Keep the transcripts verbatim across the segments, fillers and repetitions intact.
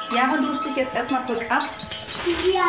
Jana duscht sich jetzt erstmal kurz ab. Ja,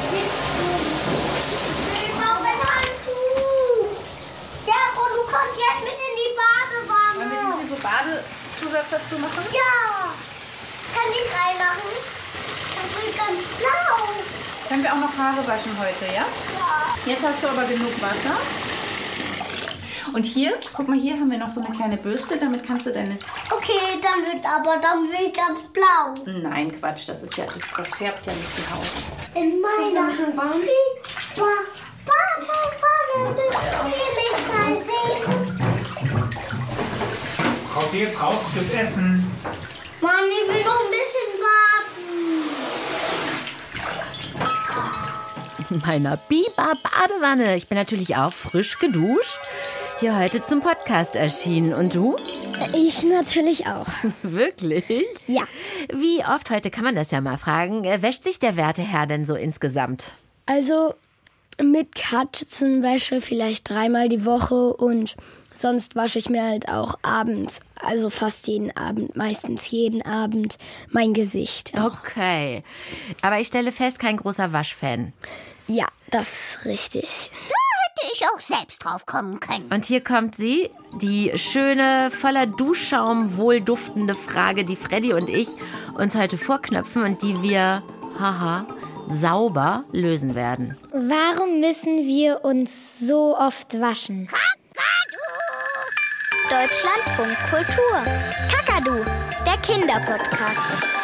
ich brauche ein Handtuch. Ja, und du kommst jetzt mit in die Badewanne. Wollen wir hier so Badezusatz dazu machen? Ja. Kann ich reinmachen? Das wird ganz blau. Können wir auch noch Haare waschen heute, ja? Ja. Jetzt hast du aber genug Wasser. Und hier, guck mal, hier haben wir noch so eine kleine Bürste. Damit kannst du deine... Okay, dann wird aber dann wird ganz blau. Nein, Quatsch, das ist ja, das, das färbt ja nicht die Haut. In meiner schon warm? Ba- Badewanne will ich mal sehen. Kommt ihr jetzt raus, es gibt Essen. Mann, ich will noch ein bisschen warten. In meiner Biber-Badewanne. Ich bin natürlich auch frisch geduscht. Hier heute zum Podcast erschienen. Und du? Ich natürlich auch. Wirklich? Ja. Wie oft, heute kann man das ja mal fragen, äh, wäscht sich der werte Herr denn so insgesamt? Also mit Katzenwäsche vielleicht dreimal die Woche und sonst wasche ich mir halt auch abends, also fast jeden Abend, meistens jeden Abend, mein Gesicht. Auch. Okay. Aber ich stelle fest, kein großer Waschfan. Ja, das ist richtig. Hätte ich auch selbst drauf kommen können. Und hier kommt sie, die schöne, voller Duschschaum wohlduftende Frage, die Freddy und ich uns heute vorknöpfen und die wir, haha, sauber lösen werden. Warum müssen wir uns so oft waschen? Deutschlandfunk Kultur. Kakadu, der Kinderpodcast.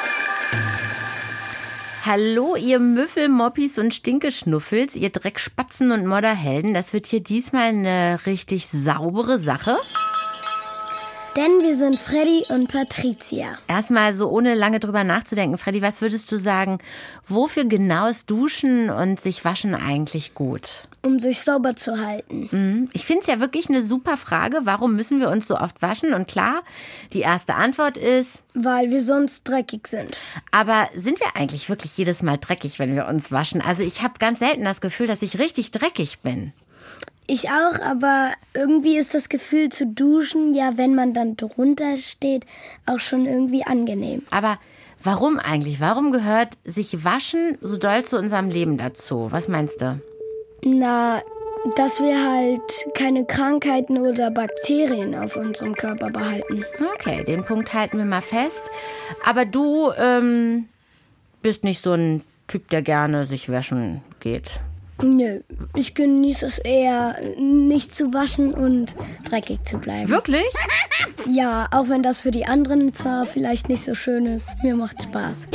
Hallo, ihr Müffel, Moppis und Stinkeschnuffels, ihr Dreckspatzen und Modderhelden. Das wird hier diesmal eine richtig saubere Sache. Denn wir sind Freddy und Patricia. Erstmal so ohne lange drüber nachzudenken, Freddy, was würdest du sagen, wofür genau ist Duschen und sich waschen eigentlich gut? Um sich sauber zu halten. Mhm. Ich finde es ja wirklich eine super Frage, warum müssen wir uns so oft waschen? Und klar, die erste Antwort ist... Weil wir sonst dreckig sind. Aber sind wir eigentlich wirklich jedes Mal dreckig, wenn wir uns waschen? Also ich habe ganz selten das Gefühl, dass ich richtig dreckig bin. Ich auch, aber irgendwie ist das Gefühl zu duschen, ja, wenn man dann drunter steht, auch schon irgendwie angenehm. Aber warum eigentlich? Warum gehört sich waschen so doll zu unserem Leben dazu? Was meinst du? Na, dass wir halt keine Krankheiten oder Bakterien auf unserem Körper behalten. Okay, den Punkt halten wir mal fest. Aber du ähm, bist nicht so ein Typ, der gerne sich waschen geht. Nö, ich genieße es eher, nicht zu waschen und dreckig zu bleiben. Wirklich? Ja, auch wenn das für die anderen zwar vielleicht nicht so schön ist. Mir macht Spaß.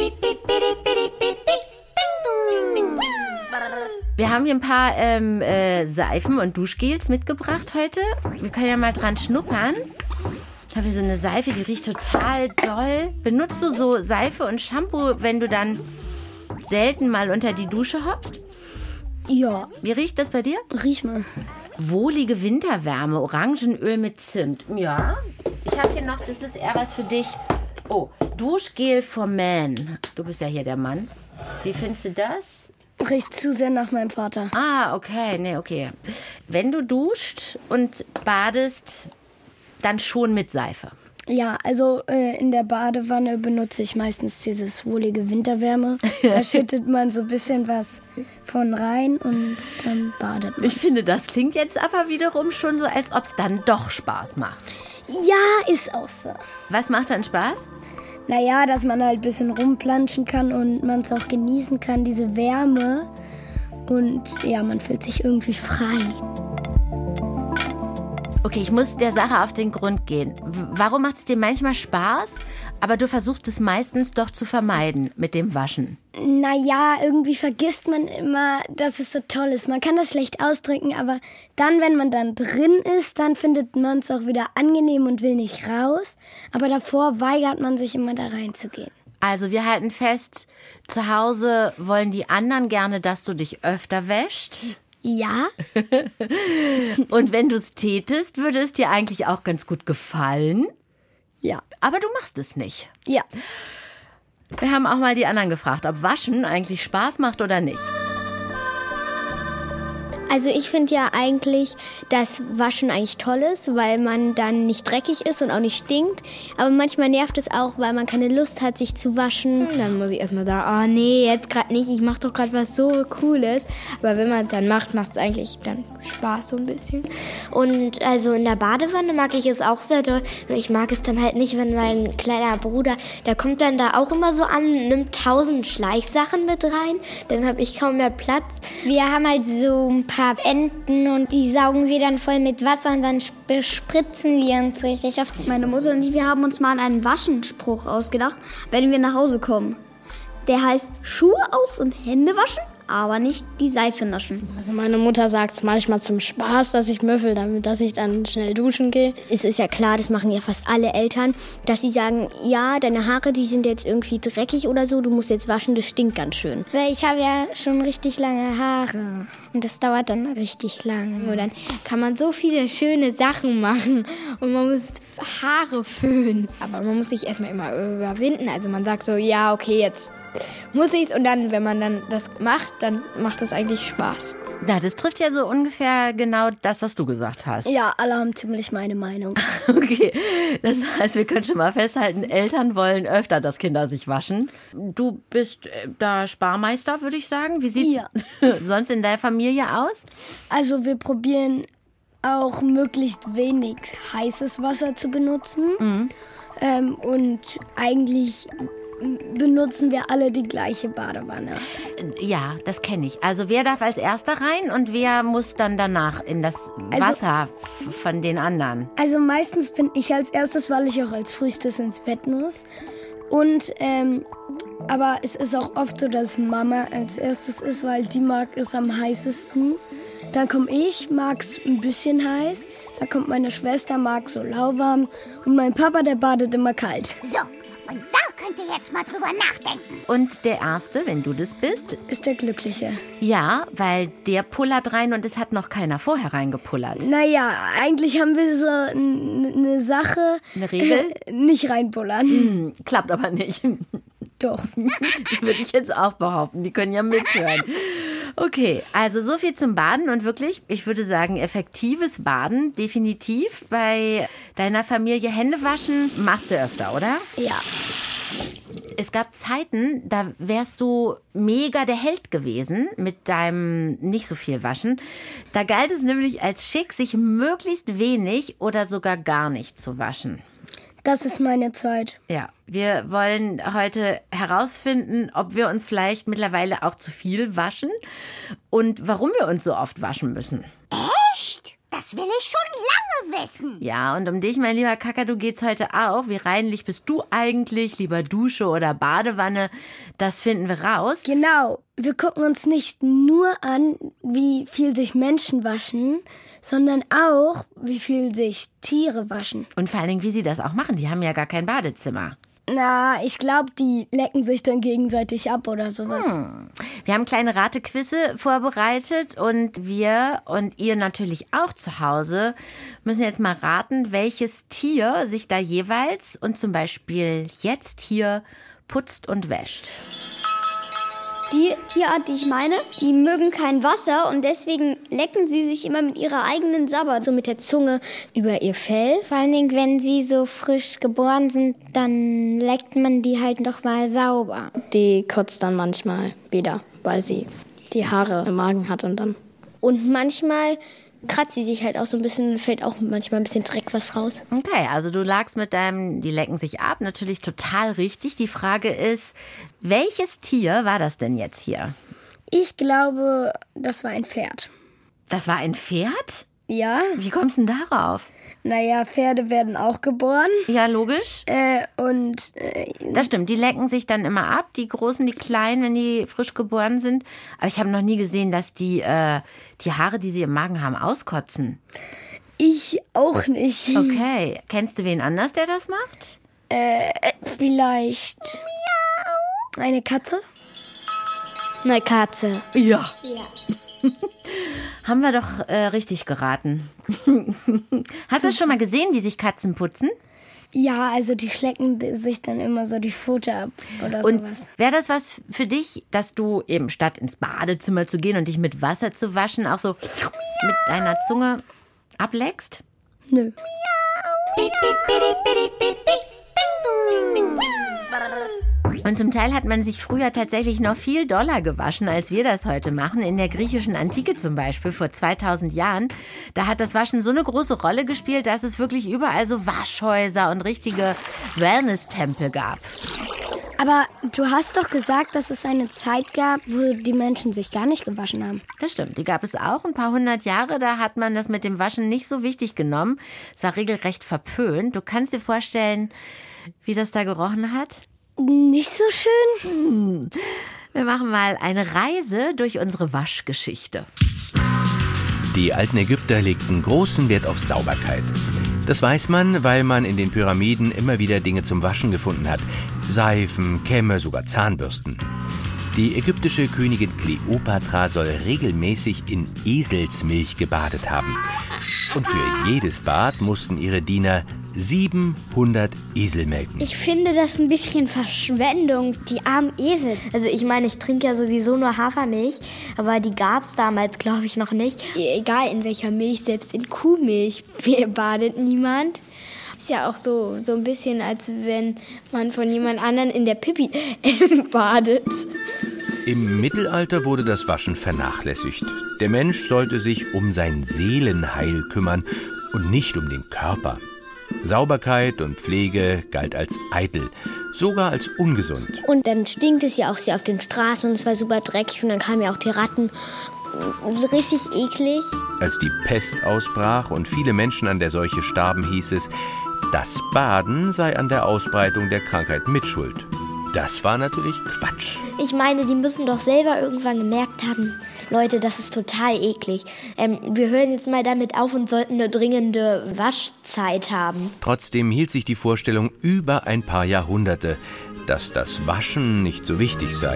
Wir haben hier ein paar ähm, äh, Seifen und Duschgels mitgebracht heute. Wir können ja mal dran schnuppern. Ich habe hier so eine Seife, die riecht total doll. Benutzt du so Seife und Shampoo, wenn du dann selten mal unter die Dusche hoppst? Ja. Wie riecht das bei dir? Riech mal. Wohlige Winterwärme, Orangenöl mit Zimt. Ja, ich habe hier noch, das ist eher was für dich. Oh, Duschgel for Man. Du bist ja hier der Mann. Wie findest du das? Riecht zu sehr nach meinem Vater. Ah, okay, nee, okay. Wenn du duscht und badest, dann schon mit Seife. Ja, also äh, in der Badewanne benutze ich meistens dieses wohlige Winterwärme. Da schüttet man so ein bisschen was von rein und dann badet man. Ich finde, das klingt jetzt aber wiederum schon so, als ob es dann doch Spaß macht. Ja, ist auch so. Was macht dann Spaß? Naja, dass man halt ein bisschen rumplanschen kann und man es auch genießen kann, diese Wärme. Und ja, man fühlt sich irgendwie frei. Okay, ich muss der Sache auf den Grund gehen. W- Warum macht es dir manchmal Spaß, aber du versuchst es meistens doch zu vermeiden mit dem Waschen? Naja, irgendwie vergisst man immer, dass es so toll ist. Man kann das schlecht ausdrücken, aber dann, wenn man dann drin ist, dann findet man es auch wieder angenehm und will nicht raus. Aber davor weigert man sich immer da reinzugehen. Also wir halten fest, zu Hause wollen die anderen gerne, dass du dich öfter wäschst. Ja. Und wenn du es tätest, würde es dir eigentlich auch ganz gut gefallen. Ja. Aber du machst es nicht. Ja. Wir haben auch mal die anderen gefragt, ob Waschen eigentlich Spaß macht oder nicht. Also ich finde ja eigentlich, dass Waschen eigentlich toll ist, weil man dann nicht dreckig ist und auch nicht stinkt. Aber manchmal nervt es auch, weil man keine Lust hat, sich zu waschen. Dann muss ich erstmal sagen, oh nee, jetzt gerade nicht, ich mache doch gerade was so Cooles. Aber wenn man es dann macht, macht es eigentlich dann Spaß so ein bisschen. Und also in der Badewanne mag ich es auch sehr doll. Nur ich mag es dann halt nicht, wenn mein kleiner Bruder, der kommt dann da auch immer so an, nimmt tausend Schleichsachen mit rein. Dann habe ich kaum mehr Platz. Wir haben halt so ein paar Enten und die saugen wir dann voll mit Wasser und dann bespritzen wir uns richtig oft. Meine Mutter und ich, wir haben uns mal einen Waschenspruch ausgedacht, wenn wir nach Hause kommen. Der heißt Schuhe aus und Hände waschen, aber nicht die Seife naschen. Also meine Mutter sagt es manchmal zum Spaß, dass ich müffel, damit dass ich dann schnell duschen gehe. Es ist ja klar, das machen ja fast alle Eltern, dass sie sagen, ja, deine Haare, die sind jetzt irgendwie dreckig oder so, du musst jetzt waschen, das stinkt ganz schön. Weil ich habe ja schon richtig lange Haare und das dauert dann richtig lang. Und dann kann man so viele schöne Sachen machen und man muss Haare föhnen. Aber man muss sich erstmal immer überwinden. Also man sagt so, ja, okay, jetzt muss ich's. Und dann, wenn man dann das macht, dann macht das eigentlich Spaß. Ja, das trifft ja so ungefähr genau das, was du gesagt hast. Ja, alle haben ziemlich meine Meinung. Okay, das heißt, wir können schon mal festhalten, Eltern wollen öfter, dass Kinder sich waschen. Du bist da Sparmeister, würde ich sagen. Wie sieht es ja. sonst in deiner Familie aus? Also wir probieren auch möglichst wenig heißes Wasser zu benutzen. Mhm. Ähm, und eigentlich benutzen wir alle die gleiche Badewanne. Ja, das kenne ich. Also wer darf als Erster rein und wer muss dann danach in das Wasser also, von den anderen? Also meistens bin ich als Erstes, weil ich auch als Frühstes ins Bett muss. Und ähm, aber es ist auch oft so, dass Mama als Erstes ist, weil die mag es am heißesten. Dann komme ich, mag es ein bisschen heiß. Dann kommt meine Schwester, mag so lauwarm. Und mein Papa, der badet immer kalt. So, und da könnt ihr jetzt mal drüber nachdenken. Und der Erste, wenn du das bist? Ist der Glückliche. Ja, weil der pullert rein und es hat noch keiner vorher reingepullert. Naja, eigentlich haben wir so eine Sache. Eine Regel? Äh, nicht reinpullern. Hm, klappt aber nicht. Doch. Das würde ich jetzt auch behaupten. Die können ja mithören. Okay, also so viel zum Baden und wirklich, ich würde sagen, effektives Baden, definitiv. Bei deiner Familie Hände waschen machst du öfter, oder? Ja. Es gab Zeiten, da wärst du mega der Held gewesen mit deinem nicht so viel Waschen. Da galt es nämlich als schick, sich möglichst wenig oder sogar gar nicht zu waschen. Das ist meine Zeit. Ja, wir wollen heute herausfinden, ob wir uns vielleicht mittlerweile auch zu viel waschen und warum wir uns so oft waschen müssen. Echt? Das will ich schon lange wissen. Ja, und um dich, mein lieber Kakadu, geht's heute auch. Wie reinlich bist du eigentlich? Lieber Dusche oder Badewanne? Das finden wir raus. Genau. Wir gucken uns nicht nur an, wie viel sich Menschen waschen, sondern auch, wie viel sich Tiere waschen. Und vor allen Dingen, wie sie das auch machen. Die haben ja gar kein Badezimmer. Na, ich glaube, die lecken sich dann gegenseitig ab oder sowas. Hm. Wir haben kleine Ratequizze vorbereitet und wir und ihr natürlich auch zu Hause müssen jetzt mal raten, welches Tier sich da jeweils und zum Beispiel jetzt hier putzt und wäscht. Die Tierart, die ich meine, die mögen kein Wasser und deswegen lecken sie sich immer mit ihrer eigenen Sabber, so mit der Zunge über ihr Fell. Vor allen Dingen, wenn sie so frisch geboren sind, dann leckt man die halt noch mal sauber. Die kotzt dann manchmal wieder, weil sie die Haare im Magen hat und dann. Und manchmal kratzt sie sich halt auch so ein bisschen und fällt auch manchmal ein bisschen Dreck was raus. Okay, also du lagst mit deinem, die lecken sich ab, natürlich total richtig. Die Frage ist, welches Tier war das denn jetzt hier? Ich glaube, das war ein Pferd. Das war ein Pferd? Ja. Wie kommst du denn darauf? Naja, Pferde werden auch geboren. Ja, logisch. Äh, und äh, das stimmt, die lecken sich dann immer ab, die Großen, die Kleinen, wenn die frisch geboren sind. Aber ich habe noch nie gesehen, dass die, äh, die Haare, die sie im Magen haben, auskotzen. Ich auch nicht. Okay, kennst du wen anders, der das macht? Äh, vielleicht Miau. Eine Katze? Eine Katze. Ja. Ja. Haben wir doch äh, richtig geraten. Hast du schon mal gesehen, wie sich Katzen putzen? Ja, also die schlecken sich dann immer so die Pfote ab oder Und sowas. wäre das was für dich, dass du eben statt ins Badezimmer zu gehen und dich mit Wasser zu waschen, auch so mit deiner Zunge ableckst? Nö. Und zum Teil hat man sich früher tatsächlich noch viel doller gewaschen, als wir das heute machen. In der griechischen Antike zum Beispiel, vor zweitausend Jahren, da hat das Waschen so eine große Rolle gespielt, dass es wirklich überall so Waschhäuser und richtige Wellness-Tempel gab. Aber du hast doch gesagt, dass es eine Zeit gab, wo die Menschen sich gar nicht gewaschen haben. Das stimmt, die gab es auch ein paar hundert Jahre. Da hat man das mit dem Waschen nicht so wichtig genommen. Es war regelrecht verpönt. Du kannst dir vorstellen, wie das da gerochen hat? Nicht so schön. Hm. Wir machen mal eine Reise durch unsere Waschgeschichte. Die alten Ägypter legten großen Wert auf Sauberkeit. Das weiß man, weil man in den Pyramiden immer wieder Dinge zum Waschen gefunden hat. Seifen, Kämme, sogar Zahnbürsten. Die ägyptische Königin Kleopatra soll regelmäßig in Eselsmilch gebadet haben. Und für jedes Bad mussten ihre Diener siebenhundert Esel melken. Ich finde das ein bisschen Verschwendung, die armen Esel. Also ich meine, ich trinke ja sowieso nur Hafermilch, aber die gab es damals, glaube ich, noch nicht. Egal in welcher Milch, selbst in Kuhmilch badet niemand. Ist ja auch so, so ein bisschen, als wenn man von jemand anderem in der Pipi badet. Im Mittelalter wurde das Waschen vernachlässigt. Der Mensch sollte sich um sein Seelenheil kümmern und nicht um den Körper. Sauberkeit und Pflege galt als eitel, sogar als ungesund. Und dann stinkt es ja auch sehr auf den Straßen und es war super dreckig und dann kamen ja auch die Ratten. So richtig eklig. Als die Pest ausbrach und viele Menschen an der Seuche starben, hieß es, das Baden sei an der Ausbreitung der Krankheit mitschuld. Das war natürlich Quatsch. Ich meine, die müssen doch selber irgendwann gemerkt haben, Leute, das ist total eklig. Ähm, wir hören jetzt mal damit auf und sollten eine dringende Waschzeit haben. Trotzdem hielt sich die Vorstellung über ein paar Jahrhunderte, dass das Waschen nicht so wichtig sei.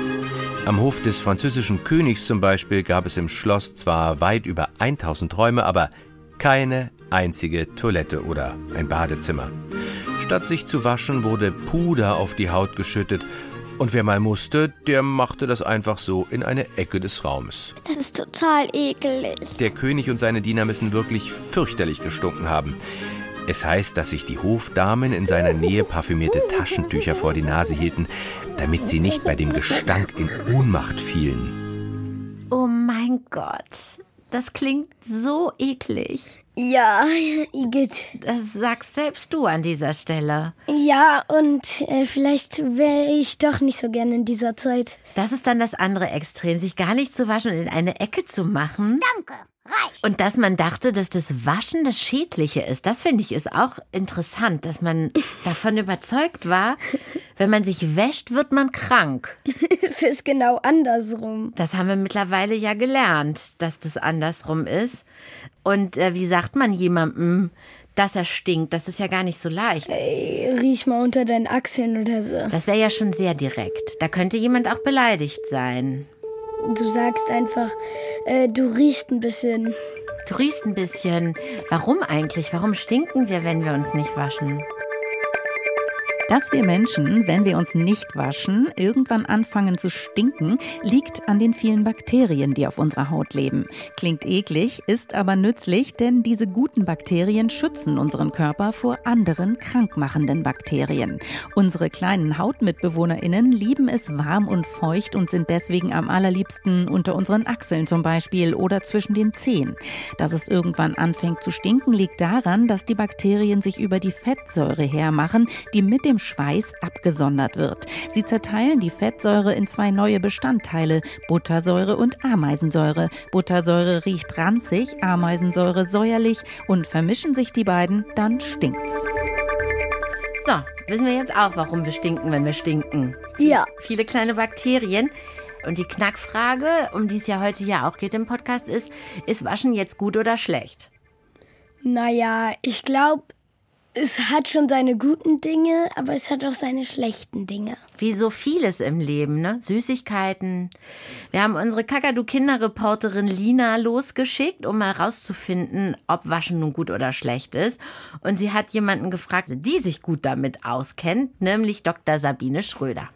Am Hof des französischen Königs zum Beispiel gab es im Schloss zwar weit über tausend Räume, aber keine einzige Toilette oder ein Badezimmer. Statt sich zu waschen, wurde Puder auf die Haut geschüttet. Und wer mal musste, der machte das einfach so in eine Ecke des Raumes. Das ist total ekelig. Der König und seine Diener müssen wirklich fürchterlich gestunken haben. Es heißt, dass sich die Hofdamen in seiner Nähe parfümierte Taschentücher vor die Nase hielten, damit sie nicht bei dem Gestank in Ohnmacht fielen. Oh mein Gott, das klingt so eklig. Ja, Igitt. Das sagst selbst du an dieser Stelle. Ja, und äh, vielleicht wäre ich doch nicht so gerne in dieser Zeit. Das ist dann das andere Extrem, sich gar nicht zu waschen und in eine Ecke zu machen. Danke, reicht. Und dass man dachte, dass das Waschen das Schädliche ist, das finde ich ist auch interessant, dass man davon überzeugt war, wenn man sich wäscht, wird man krank. Es ist genau andersrum. Das haben wir mittlerweile ja gelernt, dass das andersrum ist. Und äh, wie sagt man jemandem, dass er stinkt? Das ist ja gar nicht so leicht. Ey, riech mal unter deinen Achseln oder so. Das wäre ja schon sehr direkt. Da könnte jemand auch beleidigt sein. Du sagst einfach, äh, du riechst ein bisschen. Du riechst ein bisschen. Warum eigentlich? Warum stinken wir, wenn wir uns nicht waschen? Dass wir Menschen, wenn wir uns nicht waschen, irgendwann anfangen zu stinken, liegt an den vielen Bakterien, die auf unserer Haut leben. Klingt eklig, ist aber nützlich, denn diese guten Bakterien schützen unseren Körper vor anderen krankmachenden Bakterien. Unsere kleinen HautmitbewohnerInnen lieben es warm und feucht und sind deswegen am allerliebsten unter unseren Achseln zum Beispiel oder zwischen den Zehen. Dass es irgendwann anfängt zu stinken, liegt daran, dass die Bakterien sich über die Fettsäure hermachen, die mit dem Schweiß abgesondert wird. Sie zerteilen die Fettsäure in zwei neue Bestandteile, Buttersäure und Ameisensäure. Buttersäure riecht ranzig, Ameisensäure säuerlich und vermischen sich die beiden, dann stinkt's. So, wissen wir jetzt auch, warum wir stinken, wenn wir stinken. Ja. Viele kleine Bakterien. Und die Knackfrage, um die es ja heute ja auch geht im Podcast, ist, ist Waschen jetzt gut oder schlecht? Naja, ich glaube, es hat schon seine guten Dinge, aber es hat auch seine schlechten Dinge. Wie so vieles im Leben, ne? Süßigkeiten. Wir haben unsere Kakadu-Kinderreporterin Lina losgeschickt, um mal rauszufinden, ob Waschen nun gut oder schlecht ist. Und sie hat jemanden gefragt, die sich gut damit auskennt, nämlich Doktor Sabine Schröder.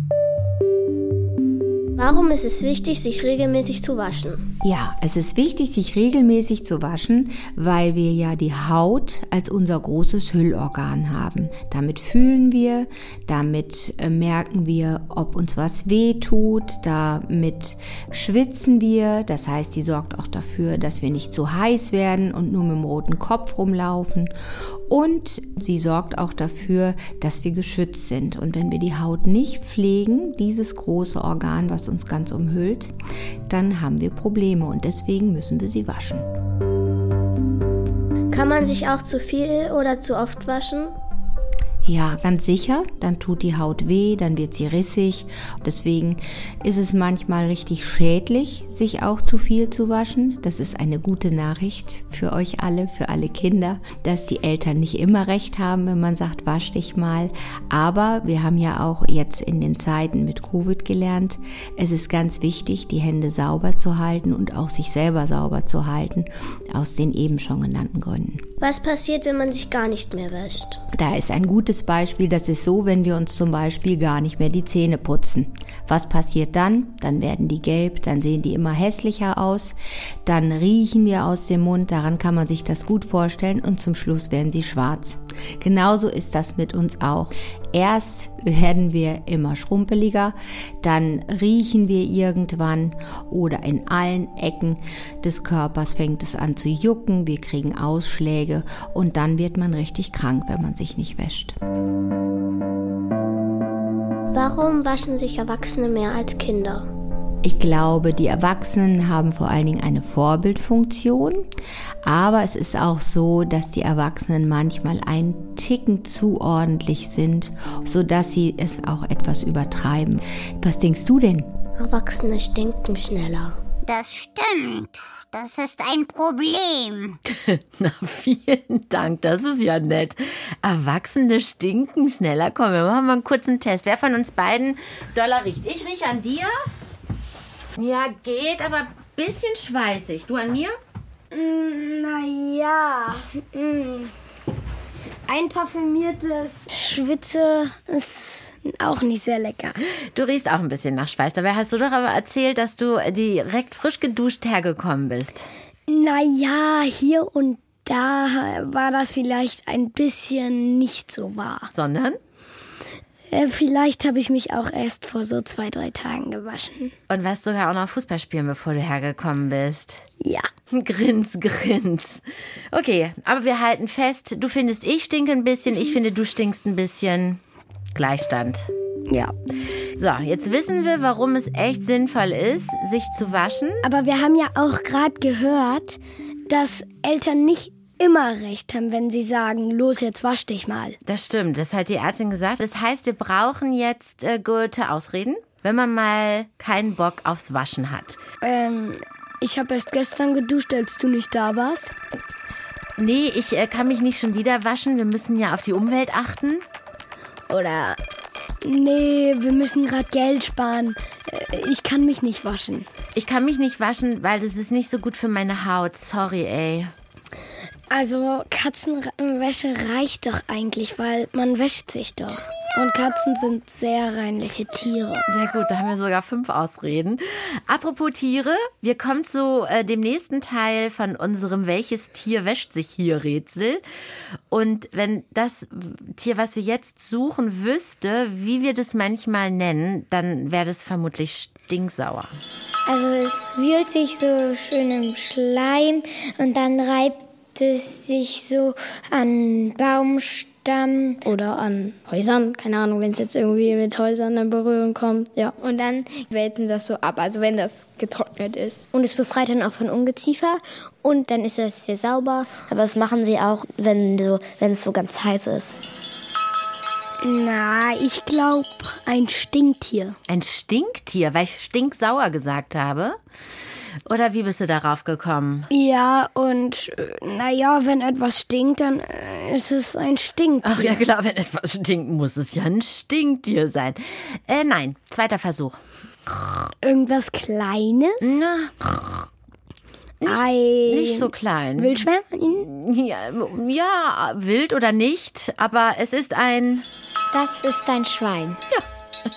Warum ist es wichtig, sich regelmäßig zu waschen? Ja, es ist wichtig, sich regelmäßig zu waschen, weil wir ja die Haut als unser großes Hüllorgan haben. Damit fühlen wir, damit äh, merken wir, ob uns was weh tut, damit schwitzen wir. Das heißt, die sorgt auch dafür, dass wir nicht zu heiß werden und nur mit dem roten Kopf rumlaufen. Und sie sorgt auch dafür, dass wir geschützt sind. Und wenn wir die Haut nicht pflegen, dieses große Organ, was uns ganz umhüllt, dann haben wir Probleme und deswegen müssen wir sie waschen. Kann man sich auch zu viel oder zu oft waschen? Ja, ganz sicher. Dann tut die Haut weh, dann wird sie rissig. Deswegen ist es manchmal richtig schädlich, sich auch zu viel zu waschen. Das ist eine gute Nachricht für euch alle, für alle Kinder, dass die Eltern nicht immer recht haben, wenn man sagt, wasch dich mal. Aber wir haben ja auch jetzt in den Zeiten mit Covid gelernt, es ist ganz wichtig, die Hände sauber zu halten und auch sich selber sauber zu halten, aus den eben schon genannten Gründen. Was passiert, wenn man sich gar nicht mehr wäscht? Da ist ein gutes Beispiel, das ist so, wenn wir uns zum Beispiel gar nicht mehr die Zähne putzen. Was passiert dann? Dann werden die gelb, dann sehen die immer hässlicher aus, dann riechen wir aus dem Mund, daran kann man sich das gut vorstellen und zum Schluss werden sie schwarz. Genauso ist das mit uns auch. Erst werden wir immer schrumpeliger, dann riechen wir irgendwann oder in allen Ecken des Körpers fängt es an zu jucken, wir kriegen Ausschläge und dann wird man richtig krank, wenn man sich nicht wäscht. Warum waschen sich Erwachsene mehr als Kinder? Ich glaube, die Erwachsenen haben vor allen Dingen eine Vorbildfunktion, aber es ist auch so, dass die Erwachsenen manchmal einen Ticken zu ordentlich sind, sodass sie es auch etwas übertreiben. Was denkst du denn? Erwachsene stinken schneller. Das stimmt. Das ist ein Problem. Na, vielen Dank, das ist ja nett. Erwachsene stinken schneller. Komm, wir machen mal einen kurzen Test. Wer von uns beiden doller riecht? Ich rieche an dir. Ja, geht, aber ein bisschen schweißig. Du an mir? Naja, ein parfümiertes Schwitze ist auch nicht sehr lecker. Du riechst auch ein bisschen nach Schweiß. Dabei hast du doch aber erzählt, dass du direkt frisch geduscht hergekommen bist. Naja, hier und da war das vielleicht ein bisschen nicht so wahr. Sondern? Vielleicht habe ich mich auch erst vor so zwei, drei Tagen gewaschen. Und warst sogar auch noch Fußball spielen, bevor du hergekommen bist? Ja. Grins, grins. Okay, aber wir halten fest, du findest, ich stinke ein bisschen, ich finde, du stinkst ein bisschen. Gleichstand. Ja. So, jetzt wissen wir, warum es echt sinnvoll ist, sich zu waschen. Aber wir haben ja auch gerade gehört, dass Eltern nicht immer recht haben, wenn sie sagen, los, jetzt wasch dich mal. Das stimmt, das hat die Ärztin gesagt. Das heißt, wir brauchen jetzt äh, gute Ausreden, wenn man mal keinen Bock aufs Waschen hat. Ähm, ich habe erst gestern geduscht, als du nicht da warst. Nee, ich äh, kann mich nicht schon wieder waschen. Wir müssen ja auf die Umwelt achten. Oder, nee, wir müssen gerade Geld sparen. Ich kann mich nicht waschen. Ich kann mich nicht waschen, weil das ist nicht so gut für meine Haut. Sorry, ey. Also Katzenwäsche reicht doch eigentlich, weil man wäscht sich doch. Und Katzen sind sehr reinliche Tiere. Sehr gut, da haben wir sogar fünf Ausreden. Apropos Tiere, wir kommen zu äh, dem nächsten Teil von unserem Welches Tier wäscht sich hier Rätsel. Und wenn das Tier, was wir jetzt suchen, wüsste, wie wir das manchmal nennen, dann wäre das vermutlich stinksauer. Also es wühlt sich so schön im Schleim und dann reibt es sich so an Baumstamm oder an Häusern, keine Ahnung, wenn es jetzt irgendwie mit Häusern in Berührung kommt. Ja. Und dann wälzen das so ab, also wenn das getrocknet ist. Und es befreit dann auch von Ungeziefer und dann ist das sehr sauber. Aber das machen sie auch, wenn, so, wenn es so ganz heiß ist. Na, ich glaube, ein Stinktier. Ein Stinktier, weil ich stinksauer gesagt habe? Oder wie bist du darauf gekommen? Ja, und naja, wenn etwas stinkt, dann äh, ist es ein Stinktier. Ach ja, klar, wenn etwas stinkt, muss es ja ein Stinktier sein. Äh, nein, zweiter Versuch. Irgendwas Kleines? Na, nicht, ein nicht so klein. Wildschwein? Ja, ja, wild oder nicht, aber es ist ein... Das ist ein Schwein. Ja.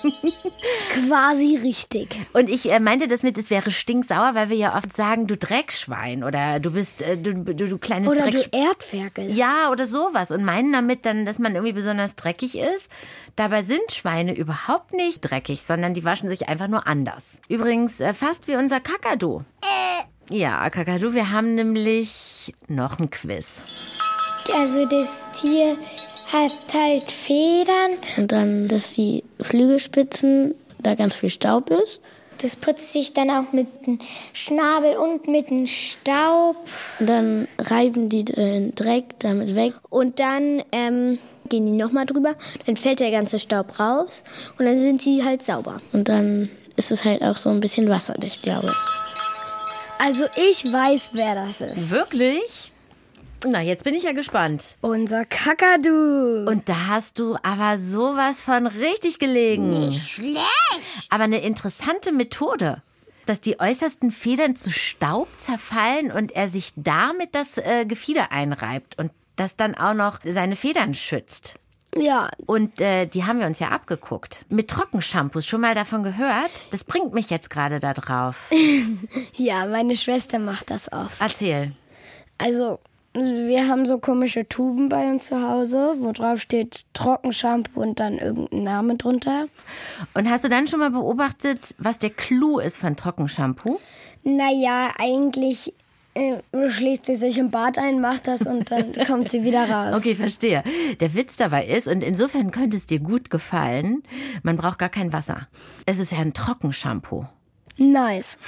Quasi richtig. Und ich äh, meinte das mit, es wäre stinksauer, weil wir ja oft sagen, du Dreckschwein oder du bist, äh, du, du, du kleines Oder Dreckschwein. du Erdferkel. Ja, oder sowas. Und meinen damit dann, dass man irgendwie besonders dreckig ist. Dabei sind Schweine überhaupt nicht dreckig, sondern die waschen sich einfach nur anders. Übrigens äh, fast wie unser Kakadu. Äh. Ja, Kakadu, wir haben nämlich noch ein Quiz. Also das Tier hat halt Federn. Und dann, dass die Flügelspitzen, da ganz viel Staub ist. Das putzt sich dann auch mit dem Schnabel und mit dem Staub. Und dann reiben die den Dreck damit weg. Und dann ähm, gehen die nochmal drüber, dann fällt der ganze Staub raus und dann sind die halt sauber. Und dann ist es halt auch so ein bisschen wasserdicht, glaube ich. Also ich weiß, wer das ist. Wirklich? Na, jetzt bin ich ja gespannt. Unser Kakadu. Und da hast du aber sowas von richtig gelegen. Nicht schlecht. Aber eine interessante Methode, dass die äußersten Federn zu Staub zerfallen und er sich damit das äh, Gefieder einreibt und das dann auch noch seine Federn schützt. Ja. Und äh, die haben wir uns ja abgeguckt. Mit Trockenshampoos, schon mal davon gehört? Das bringt mich jetzt gerade da drauf. Ja, meine Schwester macht das oft. Erzähl. Also, wir haben so komische Tuben bei uns zu Hause, wo drauf steht Trockenshampoo und dann irgendein Name drunter. Und hast du dann schon mal beobachtet, was der Clou ist von Trockenshampoo? Naja, eigentlich äh, schließt sie sich im Bad ein, macht das und dann kommt sie wieder raus. Okay, verstehe. Der Witz dabei ist, und insofern könnte es dir gut gefallen, man braucht gar kein Wasser. Es ist ja ein Trockenshampoo. Nice.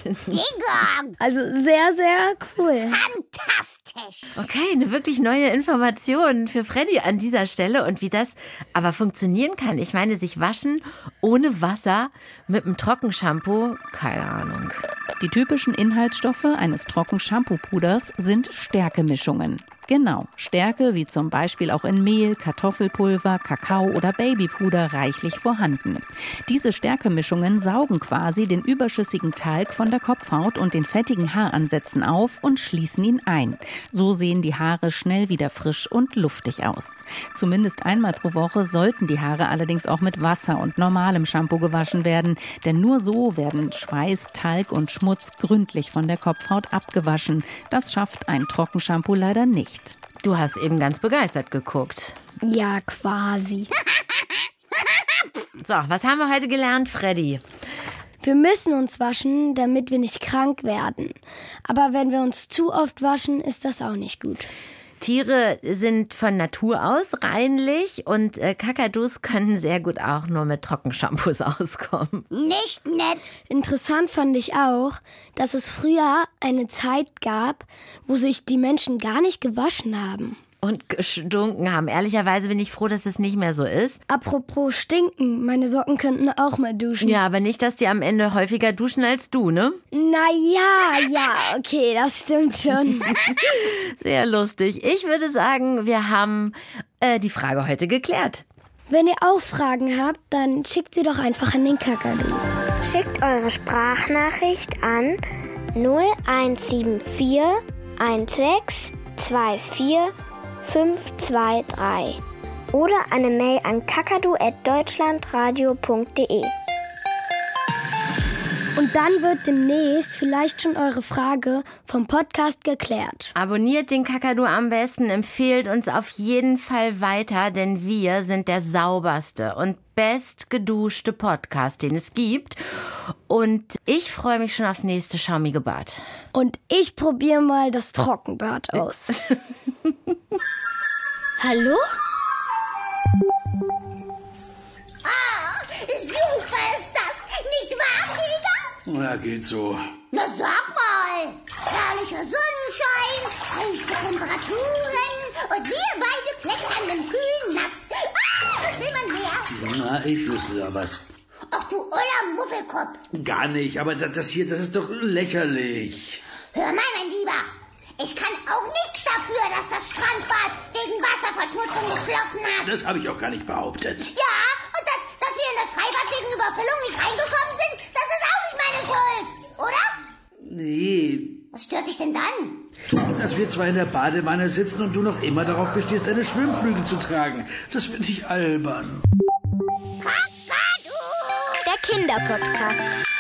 Digga! Also sehr, sehr cool. Fantastisch! Okay, eine wirklich neue Information für Freddy an dieser Stelle und wie das aber funktionieren kann. Ich meine, sich waschen ohne Wasser mit einem Trockenshampoo, keine Ahnung. Die typischen Inhaltsstoffe eines Trockenshampoo-Puders sind Stärkemischungen. Genau, Stärke wie zum Beispiel auch in Mehl, Kartoffelpulver, Kakao oder Babypuder reichlich vorhanden. Diese Stärkemischungen saugen quasi den überschüssigen Talg von der Kopfhaut und den fettigen Haaransätzen auf und schließen ihn ein. So sehen die Haare schnell wieder frisch und luftig aus. Zumindest einmal pro Woche sollten die Haare allerdings auch mit Wasser und normalem Shampoo gewaschen werden, denn nur so werden Schweiß, Talg und Schmutz gründlich von der Kopfhaut abgewaschen. Das schafft ein Trockenshampoo leider nicht. Du hast eben ganz begeistert geguckt. Ja, quasi. So, was haben wir heute gelernt, Freddy? Wir müssen uns waschen, damit wir nicht krank werden. Aber wenn wir uns zu oft waschen, ist das auch nicht gut. Tiere sind von Natur aus reinlich und äh, Kakadus können sehr gut auch nur mit Trockenshampoos auskommen. Nicht nett. Interessant fand ich auch, dass es früher eine Zeit gab, wo sich die Menschen gar nicht gewaschen haben. Und gestunken haben. Ehrlicherweise bin ich froh, dass es nicht mehr so ist. Apropos stinken, meine Socken könnten auch mal duschen. Ja, aber nicht, dass die am Ende häufiger duschen als du, ne? Naja, ja, okay, das stimmt schon. Sehr lustig. Ich würde sagen, wir haben äh, die Frage heute geklärt. Wenn ihr auch Fragen habt, dann schickt sie doch einfach an den Kakadu. Schickt eure Sprachnachricht an null eins sieben vier eins sechs zwei vier fünf zwei drei oder eine Mail an kakadu at deutschlandradio punkt de. Und dann wird demnächst vielleicht schon eure Frage vom Podcast geklärt. Abonniert den Kakadu am besten, empfehlt uns auf jeden Fall weiter, denn wir sind der sauberste und bestgeduschte Podcast, den es gibt. Und ich freue mich schon aufs nächste schaumige Bad. Und ich probiere mal das Trockenbad aus. Hallo? Ah, super ist das. Nicht wahr, Tiger? Na, geht so. Na, sag mal. Herrlicher Sonnenschein, heiße Temperaturen und wir beide plätschern im kühlen Nass. Ah, was will man mehr? Na, ich wüsste da was. Ach, du oller Muffelkopf. Gar nicht, aber das, das hier, das ist doch lächerlich. Hör mal, mein Lieber. Ich kann auch nichts dafür, dass das Strandbad wegen Wasserverschmutzung geschlossen hat. Das habe ich auch gar nicht behauptet. Ja, und dass, dass wir in das Freibad wegen Überfüllung nicht reingekommen sind, das ist auch nicht meine Schuld, oder? Nee. Was stört dich denn dann? Dass wir zwei in der Badewanne sitzen und du noch immer darauf bestehst, deine Schwimmflügel zu tragen. Das finde ich albern. Der Kinderpodcast.